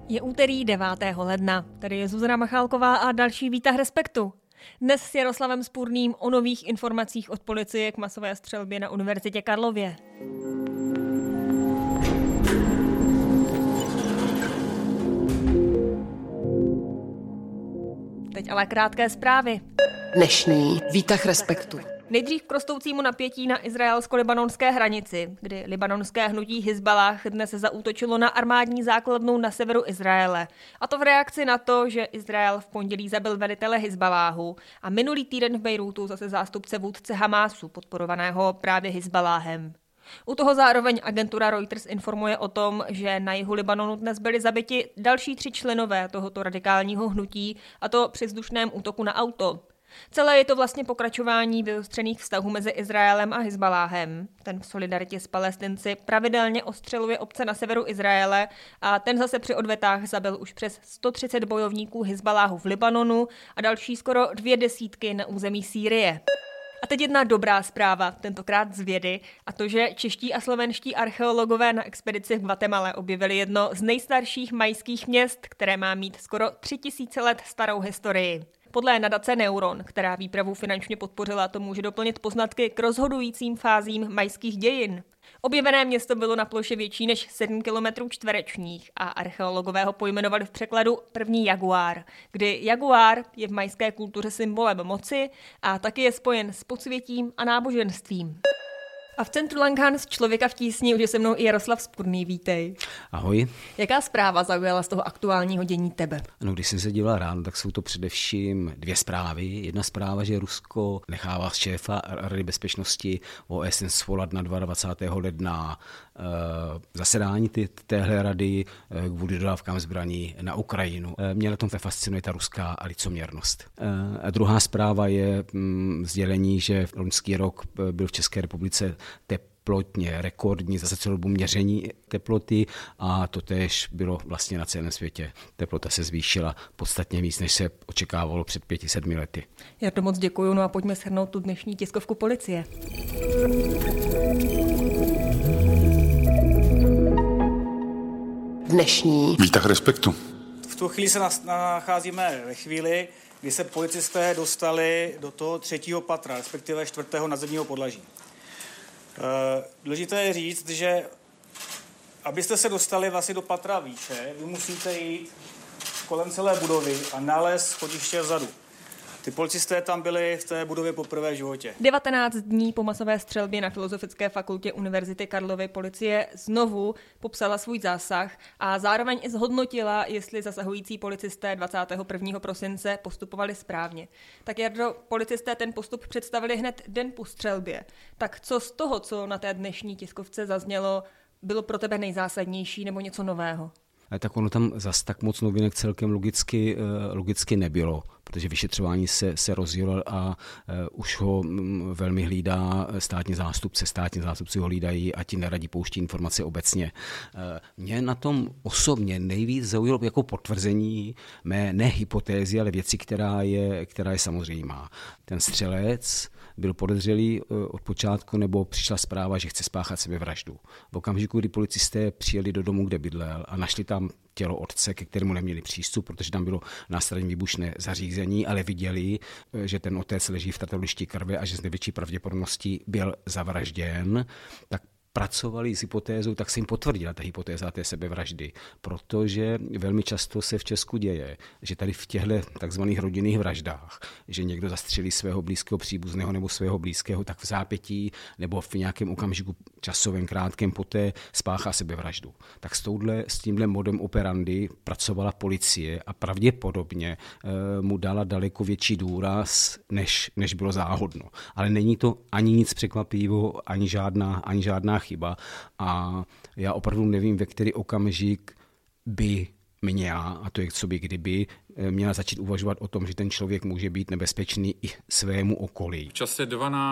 Je úterý 9. ledna. Tady je Zuzana Machálková a další výtah Respektu. Dnes s Jaroslavem Spurným o nových informacích od policie k masové střelbě na Univerzitě Karlově. Teď ale krátké zprávy. Dnešní výtah Respektu. Nejdřív k rostoucímu napětí na izraelsko-libanonské hranici, kdy libanonské hnutí Hizballáh dnes zaútočilo na armádní základnu na severu Izraele. A to v reakci na to, že Izrael v pondělí zabil velitele Hizballáhu a minulý týden v Bejrútu zase zástupce vůdce Hamásu, podporovaného právě Hizballáhem. U toho zároveň agentura Reuters informuje o tom, že na jihu Libanonu dnes byli zabiti další 3 členové tohoto radikálního hnutí, a to při vzdušném útoku na auto. Celé je to vlastně pokračování vyostřených vztahů mezi Izraelem a Hizballáhem. Ten v solidaritě s Palestinci pravidelně ostřeluje obce na severu Izraele a ten zase při odvetách zabil už přes 130 bojovníků Hizballáhu v Libanonu a další skoro 200 na území Sýrie. A teď jedna dobrá zpráva, tentokrát z vědy, a to, že čeští a slovenští archeologové na expedici v Guatemale objevili jedno z nejstarších majských měst, které má mít skoro 3000 let starou historii. Podle nadace Neuron, která výpravu finančně podpořila, to může doplnit poznatky k rozhodujícím fázím majských dějin. Objevené město bylo na ploše větší než 7 km čtverečních a archeologové ho pojmenovali v překladu první jaguár, kdy jaguár je v majské kultuře symbolem moci a taky je spojen s podsvětím a náboženstvím. A v centru Langhans Člověka v tísni už je se mnou i Jaroslav Spurný, vítej. Ahoj. Jaká zpráva zaujala z toho aktuálního dění tebe? No, když jsem se díval ráno, tak jsou to především 2 zprávy. Jedna zpráva, že Rusko nechává z šéfa Rady bezpečnosti OSN svolat na 22. ledna zasedání téhle rady kvůli dodávkám zbraní na Ukrajinu. Mě na tom fascinuje ta ruská licoměrnost. A druhá zpráva je sdělení, že v loňský rok byl v České republice teplotně rekordní za celou dobu měření teploty a to též bylo vlastně na celém světě. Teplota se zvýšila podstatně víc, než se očekávalo před 5-7 lety. Jardo, moc děkuju, no a pojďme shrnout tu dnešní tiskovku policie. Dnešní výtah Respektu. V tu chvíli se nacházíme ve chvíli, kdy se policisté dostali do toho 3. patra, respektive 4. nadzemního podlaží. Důležité je říct, že abyste se dostali vlastně do patra výše, vy musíte jít kolem celé budovy a nalézt schodiště vzadu. Ty policisté tam byli v té budově poprvé v životě. 19 dní po masové střelbě na Filozofické fakultě Univerzity Karlovy policie znovu popsala svůj zásah a zároveň i zhodnotila, jestli zasahující policisté 21. prosince postupovali správně. Tak Jardo, policisté ten postup představili hned den po střelbě. Tak co z toho, co na té dnešní tiskovce zaznělo, bylo pro tebe nejzásadnější nebo něco nového? Tak ono tam zas tak moc novinek celkem logicky nebylo, protože vyšetřování se rozjelo a už ho velmi hlídá státní zástupci ho hlídají a ti neradí pouští informace obecně. Mě na tom osobně nejvíc zaujalo jako potvrzení mé ne hypotézy, ale věci, která je samozřejmá. Ten střelec byl podezřelý od počátku, nebo přišla zpráva, že chce spáchat sebevraždu. V okamžiku, kdy policisté přijeli do domu, kde bydlel a našli tam tělo otce, ke kterému neměli přístup, protože tam bylo následně výbušné zařízení, ale viděli, že ten otec leží v tátovišti krve a že z největší pravděpodobností byl zavražděn, tak pracovali s hypotézou, tak se jim potvrdila ta hypotéza té sebevraždy, protože velmi často se v Česku děje, že tady v těchto takzvaných rodinných vraždách, že někdo zastřelí svého blízkého příbuzného nebo svého blízkého, tak v zápětí nebo v nějakém okamžiku časovém krátkém poté spáchá sebevraždu. Tak s tímhle modem operandi pracovala policie a pravděpodobně mu dala daleko větší důraz, než bylo záhodno. Ale není to ani nic překvapivého, ani žádná chyba a já opravdu nevím, ve který okamžik by měla, a to je co by kdyby, měla začít uvažovat o tom, že ten člověk může být nebezpečný i svému okolí. V čase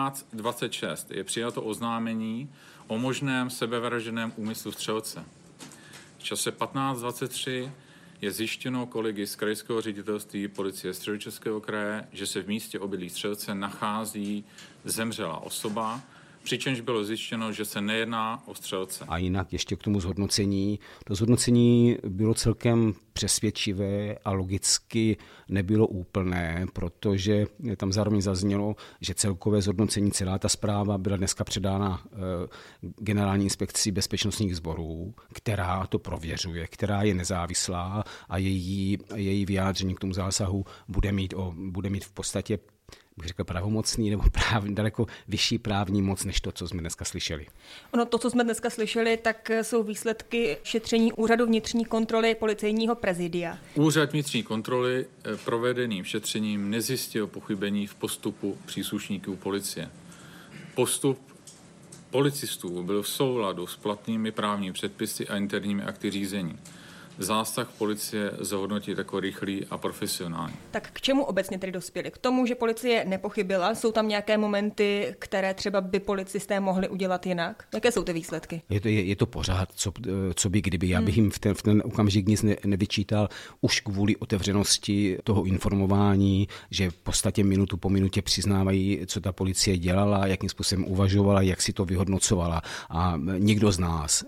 12:26 je přijato oznámení o možném sebevražedném úmyslu střelce. V čase 15:23 je zjištěno kolegy z krajského ředitelství policie Středočeského kraje, že se v místě obydlí střelce nachází zemřelá osoba, přičemž bylo zjištěno, že se nejedná o střelce. A jinak ještě k tomu zhodnocení. To zhodnocení bylo celkem přesvědčivé a logicky nebylo úplné, protože tam zároveň zaznělo, že celkové zhodnocení, celá ta zpráva byla dneska předána Generální inspekci bezpečnostních sborů, která to prověřuje, která je nezávislá a její vyjádření k tomu zásahu bude mít v podstatě, bych řekl, pravomocný nebo daleko vyšší právní moc, než to, co jsme dneska slyšeli. Ono to, co jsme dneska slyšeli, tak jsou výsledky šetření Úřadu vnitřní kontroly Policejního prezidia. Úřad vnitřní kontroly provedeným šetřením nezjistil pochybení v postupu příslušníků policie. Postup policistů byl v souladu s platnými právními předpisy a interními akty řízení. Zásah policie zhodnotit jako rychlý a profesionální. Tak k čemu obecně tedy dospěli? K tomu, že policie nepochybila? Jsou tam nějaké momenty, které třeba by policisté mohli udělat jinak? Jaké jsou ty výsledky? Je to pořád, co by kdyby. Já bych jim v ten okamžik nic nevyčítal už kvůli otevřenosti toho informování, že v podstatě minutu po minutě přiznávají, co ta policie dělala, jakým způsobem uvažovala, jak si to vyhodnocovala. A nikdo z nás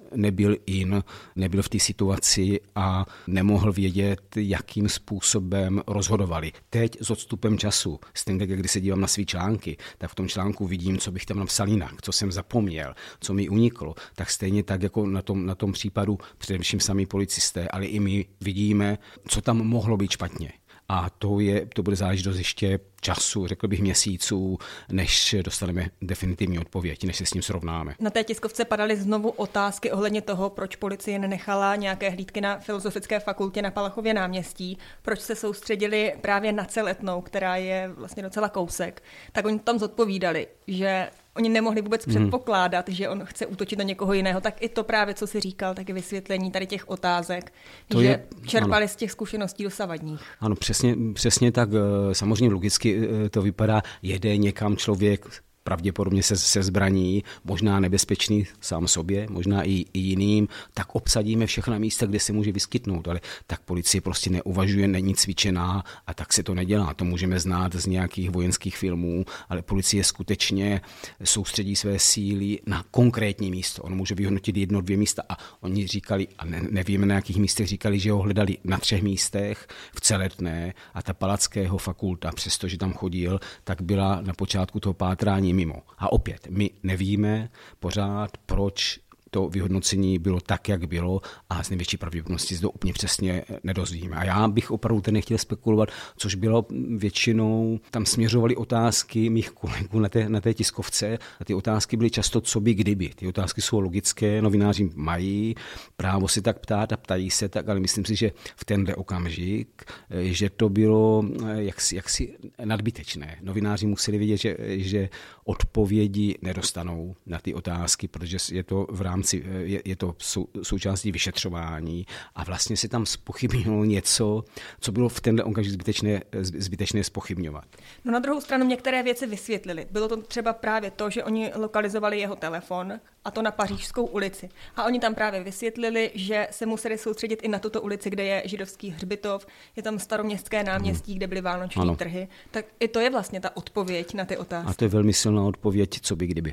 nebyl v té situaci a nemohl vědět, jakým způsobem rozhodovali. Teď s odstupem času, stejně tak, když se dívám na svý články, tak v tom článku vidím, co bych tam napsal jinak, co jsem zapomněl, co mi uniklo. Tak stejně tak, jako na tom případu především sami policisté, ale i my vidíme, co tam mohlo být špatně. A to bude záležitost ještě času, řekl bych měsíců, než dostaneme definitivní odpověď, než se s ním srovnáme. Na té tiskovce padaly znovu otázky ohledně toho, proč policie nenechala nějaké hlídky na Filozofické fakultě na Palachově náměstí, proč se soustředili právě na Celetnou, která je vlastně docela kousek. Tak oni tam zodpovídali, že oni nemohli vůbec předpokládat, že on chce útočit na někoho jiného. Tak i to právě, co jsi říkal, tak i vysvětlení tady těch otázek, že čerpali z těch zkušeností dosavadních. Ano, přesně tak. Samozřejmě logicky to vypadá, jede někam člověk pravděpodobně se zbraní, možná nebezpečný sám sobě, možná i jiným, tak obsadíme všechna místa, kde se může vyskytnout, ale tak policie prostě neuvažuje, není cvičená a tak se to nedělá. To můžeme znát z nějakých vojenských filmů, ale policie skutečně soustředí své síly na konkrétní místo. On může vyhodnotit 1-2 místa a oni říkali, a nevíme na jakých místech, říkali, že ho hledali na 3 místech v Celetné a ta Palackého fakulta, přestože tam chodil, tak byla na počátku toho pátrání mimo. A opět, my nevíme pořád, proč to vyhodnocení bylo tak, jak bylo a z největší pravděpodobnosti se to úplně přesně nedozvíme. A já bych opravdu ten nechtěl spekulovat, což bylo většinou, tam směřovaly otázky mých kolegů na té tiskovce a ty otázky byly často co by kdyby. Ty otázky jsou logické, novináři mají právo si tak ptát a ptají se tak, ale myslím si, že v tenhle okamžik, že to bylo jaksi nadbytečné. Novináři museli vědět, že odpovědi nedostanou na ty otázky, protože je to v rámci je to součástí vyšetřování a vlastně se tam zpochybnilo něco, co bylo v tenhle okamžik zbytečné zpochybňovat. No na druhou stranu některé věci vysvětlili. Bylo to třeba právě to, že oni lokalizovali jeho telefon a to na Pařížskou ulici. A oni tam právě vysvětlili, že se museli soustředit i na tuto ulici, kde je židovský hřbitov, je tam Staroměstské náměstí, kde byly vánoční trhy. Tak i to je vlastně ta odpověď na ty otázky. A to je velmi silná odpověď, co by kdyby.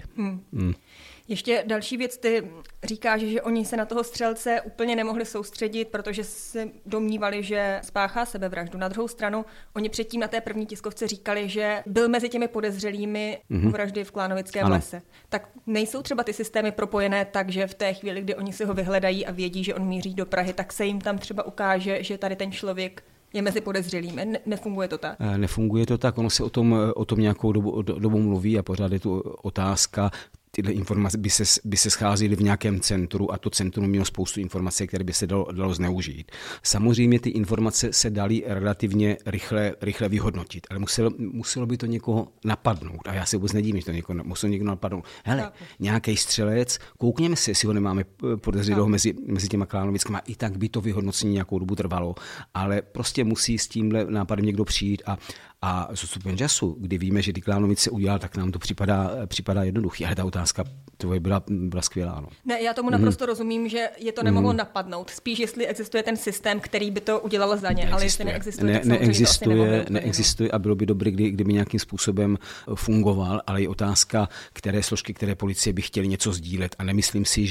Ještě další věc, ty říkáš, že oni se na toho střelce úplně nemohli soustředit, protože se domnívali, že spáchá sebevraždu. Na druhou stranu, oni předtím na té první tiskovce říkali, že byl mezi těmi podezřelými vraždy v Klánovickém lese. Tak nejsou třeba ty systémy propojené tak, že v té chvíli, kdy oni si ho vyhledají a vědí, že on míří do Prahy, tak se jim tam třeba ukáže, že tady ten člověk je mezi podezřelými. Nefunguje to tak? Nefunguje to tak, ono se o tom nějakou dobu mluví a pořád je tu otázka. Tyhle informace by se scházely v nějakém centru a to centrum mělo spoustu informací, které by se dalo zneužít. Samozřejmě ty informace se daly relativně rychle vyhodnotit, ale muselo by to někoho napadnout. A já se vůbec nedívím, že to muselo někdo napadnout. Hele, nějaký střelec, koukněme se, jestli ho nemáme podezřelého mezi těma Klánovickama, i tak by to vyhodnocení nějakou dobu trvalo, ale prostě musí s tímhle nápadem někdo přijít A s odstupem času, kdy víme, že ty Klánovice udělal, tak nám to připadá jednoduchý. Ale ta otázka tvoje byla skvělá. No. Ne, já tomu naprosto rozumím, že je to nemohlo napadnout. Spíš, jestli existuje ten systém, který by to udělal za ně, ale jestli neexistuje, tak neexistuje a bylo by dobré, kdyby nějakým způsobem fungoval, ale je otázka, které složky, které policie by chtěly něco sdílet. A nemyslím si,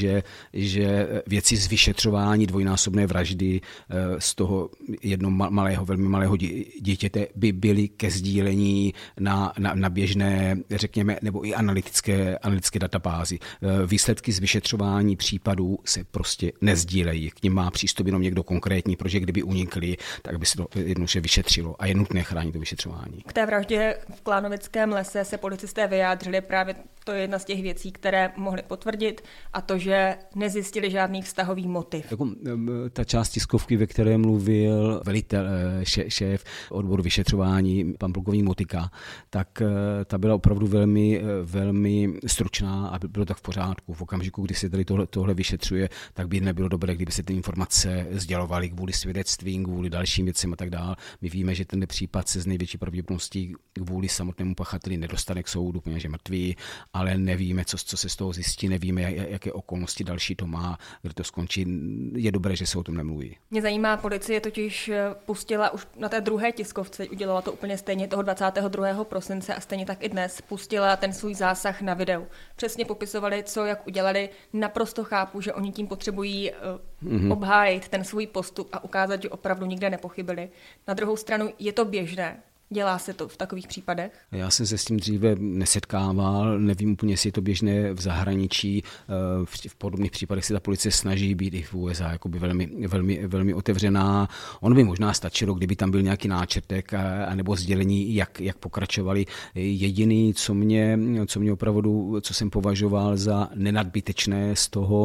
že věci z vyšetřování dvojnásobné vraždy z toho velmi malého dítěte by byly ke sdílení na běžné, řekněme, nebo i analytické databázi. Výsledky z vyšetřování případů se prostě nezdílejí. K nim má přístup jenom někdo konkrétní, protože kdyby unikli, tak by se to jednoduše vyšetřilo a je nutné chránit to vyšetřování. K té vraždě v Klánovickém lese se policisté vyjádřili, právě to je jedna z těch věcí, které mohli potvrdit, a to, že nezjistili žádný vztahový motiv. Ta část tiskovky, ve které mluvil velitel, šéf odboru vyšetřování, pan plukovník Motika, tak ta byla opravdu velmi, velmi stručná a bylo tak v pořádku. V okamžiku, kdy se tady tohle vyšetřuje, tak by nebylo dobré, kdyby se ty informace sdělovaly kvůli svědectvím, kvůli dalším věcem a tak dále. My víme, že ten případ se z největší pravděpodobností kvůli samotnému pachateli nedostane k soudu, protože je mrtvý, ale nevíme, co se z toho zjistí, nevíme, jaké okolnosti další to má, kde to skončí. Je dobré, že se o tom nemluví. Mě zajímá, policie totiž pustila už na té druhé tiskovce, udělala to úplně stejně toho 22. prosince a stejně tak i dnes, pustila ten svůj zásah na videu. Přesně popisovali, co jak udělali. Naprosto chápu, že oni tím potřebují obhájit ten svůj postup a ukázat, že opravdu nikde nepochybili. Na druhou stranu je to běžné. Dělá se to v takových případech? Já jsem se s tím dříve nesetkával, nevím úplně, jestli je to běžné v zahraničí. V podobných případech se ta policie snaží být i v USA jakoby velmi, velmi, velmi otevřená. Ono by možná stačilo, kdyby tam byl nějaký náčrtek anebo sdělení, jak pokračovali. Jediný, co mě opravdu, co jsem považoval za nenadbytečné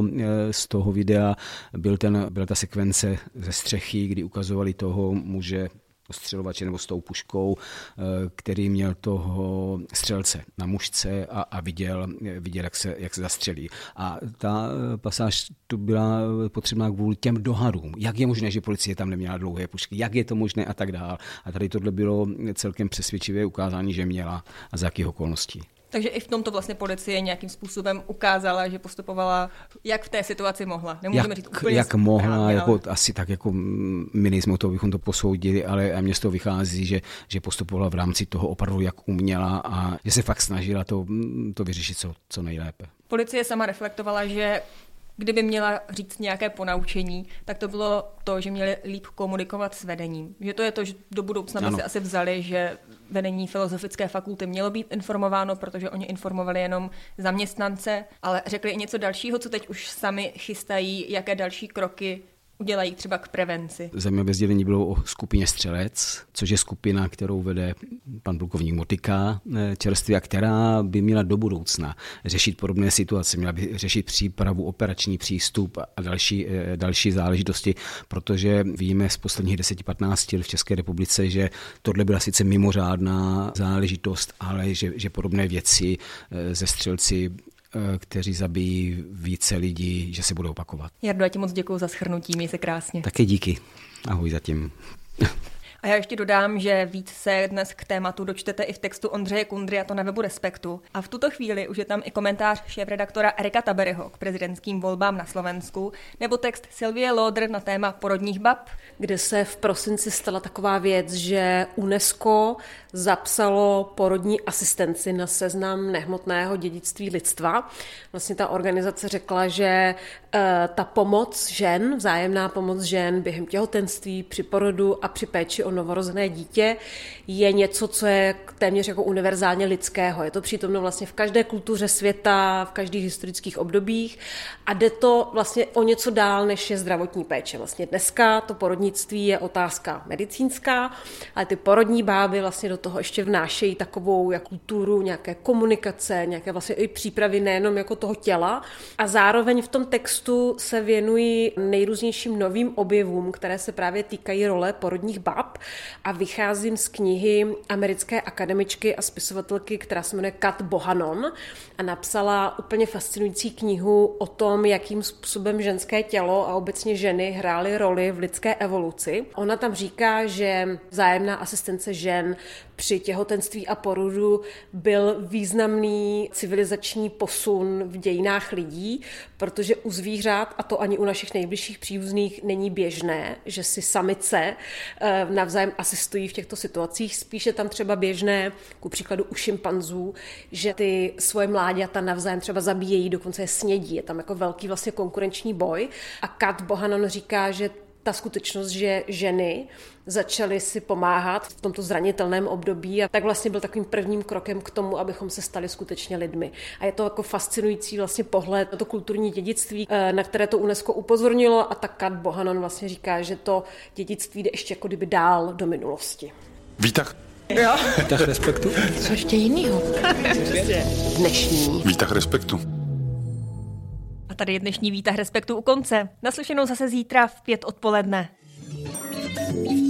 z toho videa, byla ta sekvence ze střechy, kdy ukazovali toho muže ostřelovače nebo s tou puškou, který měl toho střelce na mužce a viděl, jak se zastřelí. A ta pasáž tu byla potřebná kvůli těm dohadům. Jak je možné, že policie tam neměla dlouhé pušky? Jak je to možné a tak dál? A tady tohle bylo celkem přesvědčivé ukázání, že měla a za jakých okolností. Takže i v tomto vlastně policie nějakým způsobem ukázala, že postupovala, jak v té situaci mohla. Nemůžeme říct úplně jak mohla, jako, asi tak jako my nejsme toho, bychom to posoudili, ale mně z toho vychází, že postupovala v rámci toho opravdu, jak uměla a že se fakt snažila to vyřešit co nejlépe. Policie sama reflektovala, že kdyby měla říct nějaké ponaučení, tak to bylo to, že měli líp komunikovat s vedením. Že to je to, že do budoucna by si asi vzali, že vedení Filozofické fakulty mělo být informováno, protože oni informovali jenom zaměstnance, ale řekli i něco dalšího, co teď už sami chystají, jaké další kroky udělají třeba k prevenci. Zajímavé sdělení bylo o skupině Střelec, což je skupina, kterou vede pan plukovník Motika čerstvě, a která by měla do budoucna řešit podobné situace, měla by řešit přípravu, operační přístup a další záležitosti, protože víme z posledních 10-15 let v České republice, že tohle byla sice mimořádná záležitost, ale že podobné věci ze střelci, kteří zabijí více lidí, že se budou opakovat. Jardo, já ti moc děkuju za shrnutí, měj se krásně. Také díky. Ahoj zatím. A já ještě dodám, že víc se dnes k tématu dočtete i v textu Ondřeje Kundry, a to na webu Respektu. A v tuto chvíli už je tam i komentář šéfredaktora Erika Taberyho k prezidentským volbám na Slovensku, nebo text Sylvie Lauder na téma porodních bab, kde se v prosinci stala taková věc, že UNESCO zapsalo porodní asistenci na seznam nehmotného dědictví lidstva. Vlastně ta organizace řekla, že ta pomoc žen, vzájemná pomoc žen během těhotenství, při porodu a při péči o novorozené dítě je něco, co je téměř jako univerzálně lidského. Je to přítomno vlastně v každé kultuře světa, v každých historických obdobích a jde to vlastně o něco dál, než je zdravotní péče. Vlastně dneska to porodnictví je otázka medicínská, ale ty porodní báby vlastně do toho ještě vnášejí takovou jako kulturu, nějaké komunikace, nějaké vlastně i přípravy nejenom jako toho těla. A zároveň v tom textu se věnují nejrůznějším novým objevům, které se právě týkají role porodních bab. A vycházím z knihy americké akademičky a spisovatelky, která se jmenuje Kat Bohannon a napsala úplně fascinující knihu o tom, jakým způsobem ženské tělo a obecně ženy hrály roli v lidské evoluci. Ona tam říká, že vzájemná asistence žen při těhotenství a porodu byl významný civilizační posun v dějinách lidí, protože u zvířat, a to ani u našich nejbližších příbuzných, není běžné, že si samice navzájem asistují v těchto situacích. Spíše tam třeba běžné, ku příkladu u šimpanzů, že ty svoje mláďata navzájem třeba zabíjejí, dokonce je snědí. Je tam jako velký vlastně konkurenční boj. A Kat Bohannon říká, že ta skutečnost, že ženy začaly si pomáhat v tomto zranitelném období, a tak vlastně byl takovým prvním krokem k tomu, abychom se stali skutečně lidmi. A je to jako fascinující vlastně pohled na to kulturní dědictví, na které to UNESCO upozornilo, a tak Kat Bohannon vlastně říká, že to dědictví jde ještě jako kdyby dál do minulosti. Výtah. Jo. Výtah respektu. Co ještě jinýho? Dnešní. Výtah respektu. A tady je dnešní výtah respektu u konce. Naslyšenou zase zítra v 5 odpoledne.